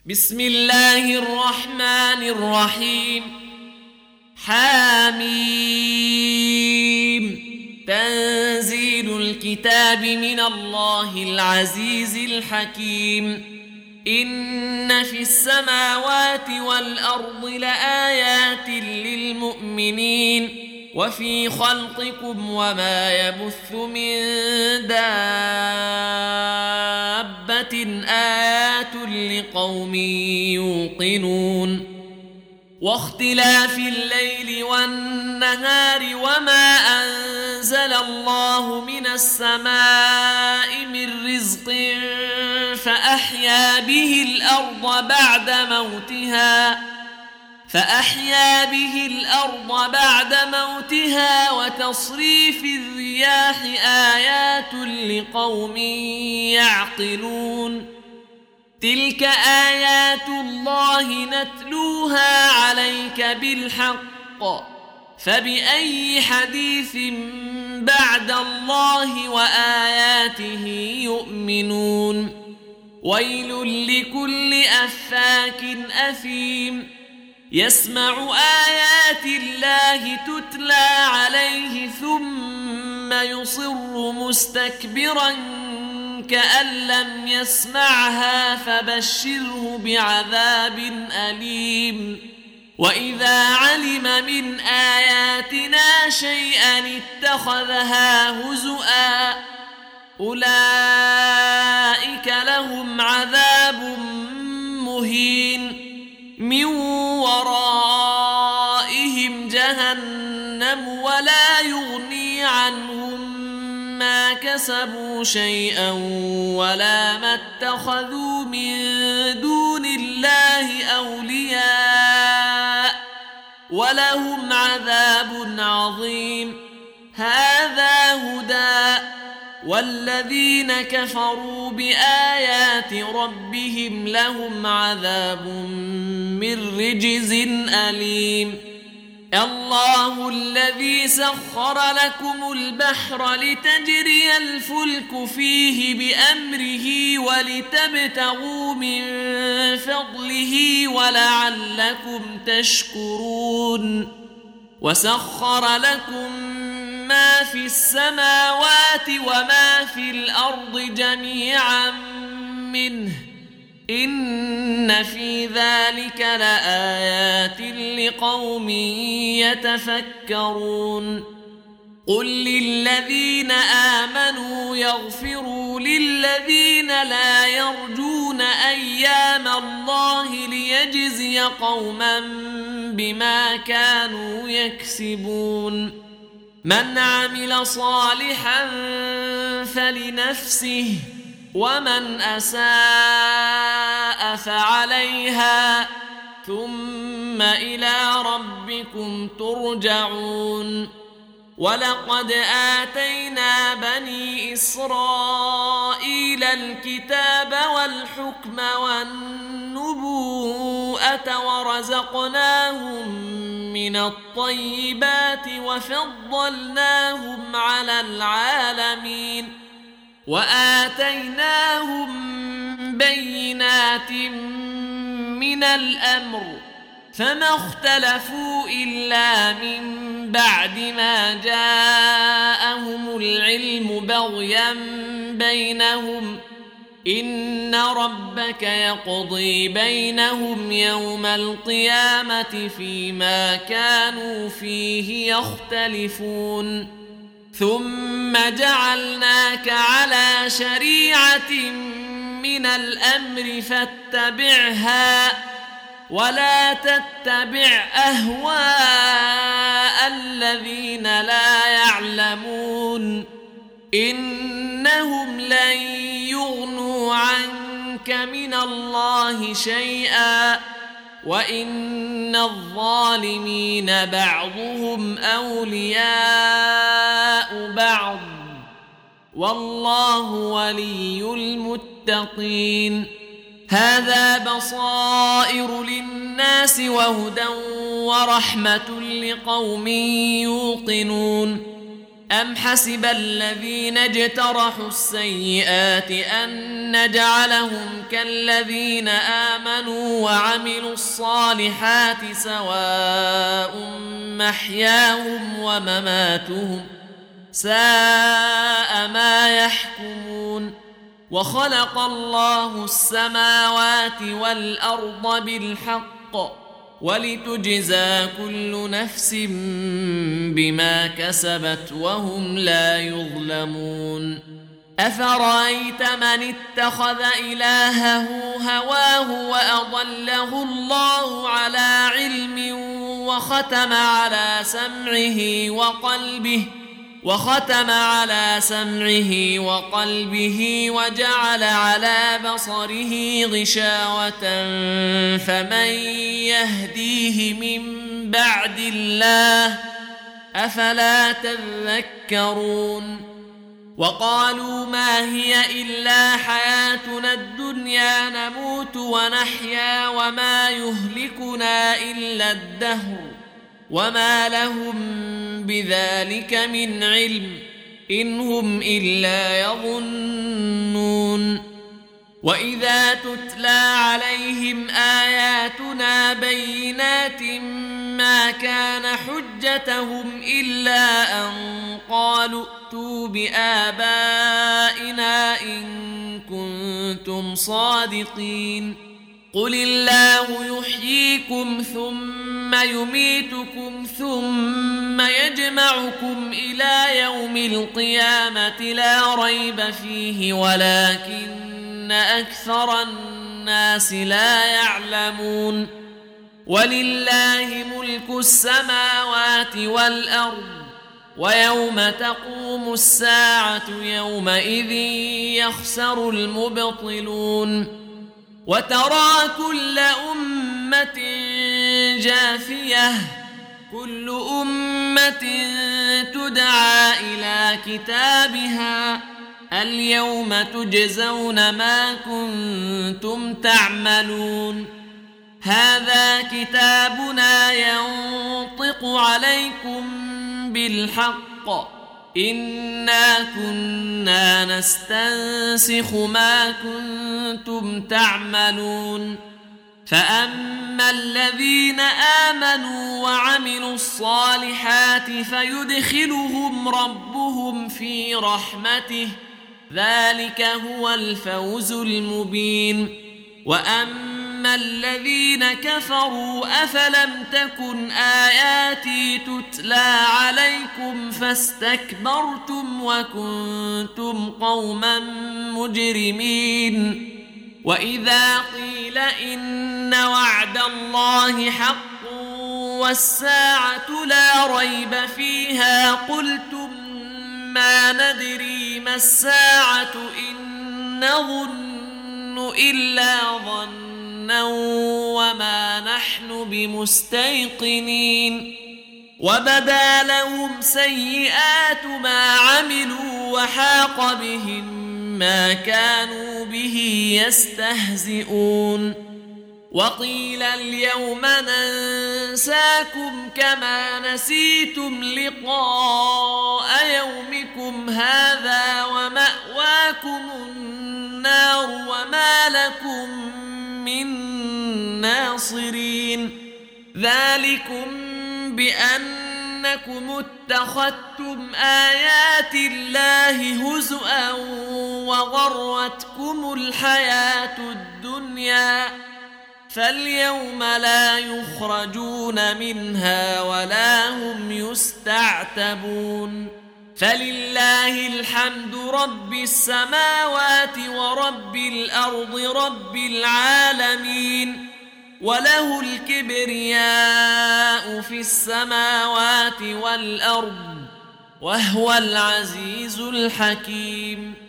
بسم الله الرحمن الرحيم. حاميم. تنزيل الكتاب من الله العزيز الحكيم. إن في السماوات والأرض لآيات للمؤمنين وفي خلقكم وما يبث من دابة آيات لقوم يوقنون. واختلاف الليل والنهار وما أنزل الله من السماء من رزق فأحيا به الأرض بعد موتها وتصريف الرياح آيات لقوم يعقلون. تلك آيات الله نتلوها عليك بالحق فبأي حديث بعد الله وآياته يؤمنون. ويل لكل أفاك أثيم يسمع آيات الله تتلى عليه ثم يصر مستكبرا كأن لم يسمعها فبشره بعذاب أليم. وإذا علم من آياتنا شيئا اتخذها هزؤا أولئك لهم عذاب مهين من ورائهم جهنم ولا يغني عنهم ما كسبوا شيئا ولا ما اتخذوا من دون الله أولياء ولهم عذاب عظيم. هذا هدى والذين كفروا بآيات ربهم لهم عذاب من رجز أليم. الله الذي سخر لكم البحر لتجري الفلك فيه بأمره ولتبتغوا من فضله ولعلكم تشكرون. وسخر لكم ما في السماوات وما في الأرض جميعا منه إن في ذلك لآيات لقوم يتفكرون. قل للذين آمنوا يغفروا للذين لا يرجون أيام الله ليجزي قوما بما كانوا يكسبون. من عمل صالحا فلنفسه ومن أساء فعليها ثم إلى ربكم ترجعون. ولقد آتينا بني إسرائيل الكتاب والحكم والنبوءة ورزقناهم من الطيبات وفضلناهم على العالمين وآتيناهم بينات من الأمر فما اختلفوا إلا من بعد ما جاءهم العلم بغيا بينهم إن ربك يقضي بينهم يوم القيامة فيما كانوا فيه يختلفون. ثم جعلناك على شريعة من الأمر فاتبعها ولا تتبع أهواء الذين لا يعلمون إنهم لن يغنوا عنك من الله شيئا وإن الظالمين بعضهم أولياء بعض والله ولي المتقين. هذا بصائر للناس وهدى ورحمة لقوم يوقنون. أم حسب الذين اجترحوا السيئات أن نجعلهم كالذين آمنوا وعملوا الصالحات سواء محياهم ومماتهم ساء ما يحكمون وخلق الله السماوات والأرض بالحق ولتجزى كل نفس بما كسبت وهم لا يظلمون أفرأيت من اتخذ إلهه هواه وأضله الله على علم وختم على سمعه وقلبه وجعل على بصره غشاوة فمن يهديه من بعد الله أفلا تذكرون وقالوا ما هي إلا حياتنا الدنيا نموت ونحيا وما يهلكنا إلا الدهر وما لهم بذلك من علم إن هم إلا يظنون وإذا تتلى عليهم آياتنا بينات ما كان حجتهم إلا أن قالوا ائتوا بآبائنا إن كنتم صادقين قل الله يحييكم ثم يميتكم ثم يجمعكم إلى يوم القيامة لا ريب فيه ولكن أكثر الناس لا يعلمون ولله ملك السماوات والأرض ويوم تقوم الساعة يومئذ يخسر المبطلون وترى كل أمة جاثية كل أمة تدعى إلى كتابها اليوم تجزون ما كنتم تعملون هذا كتابنا ينطق عليكم بالحق إنا كنا نستنسخ ما كنتم تعملون فأما الذين آمنوا وعملوا الصالحات فيدخلهم ربهم في رحمته ذلك هو الفوز المبين وأما الذين كفروا أفلم تكن آياتي تتلى عليكم فاستكبرتم وكنتم قوما مجرمين وإذا قيل إن وعد الله حق والساعة لا ريب فيها قلتم ما ندري ما الساعة إن نظن إلا ظنا وما نحن بمستيقنين وبدا لهم سيئات ما عملوا وحاق بهم ما كانوا به يستهزئون وقيل اليوم ننساكم كما نسيتم لقاء يومكم هذا ومأواكم النار وما لكم من ناصرين ذلكم بأنكم اتخذتم آيات الله هزؤا وغرتكم الحياة الدنيا فاليوم لا يخرجون منها ولا هم يستعتبون فلله الحمد رب السماوات ورب الأرض رب العالمين وله الكبرياء في السماوات والأرض وهو العزيز الحكيم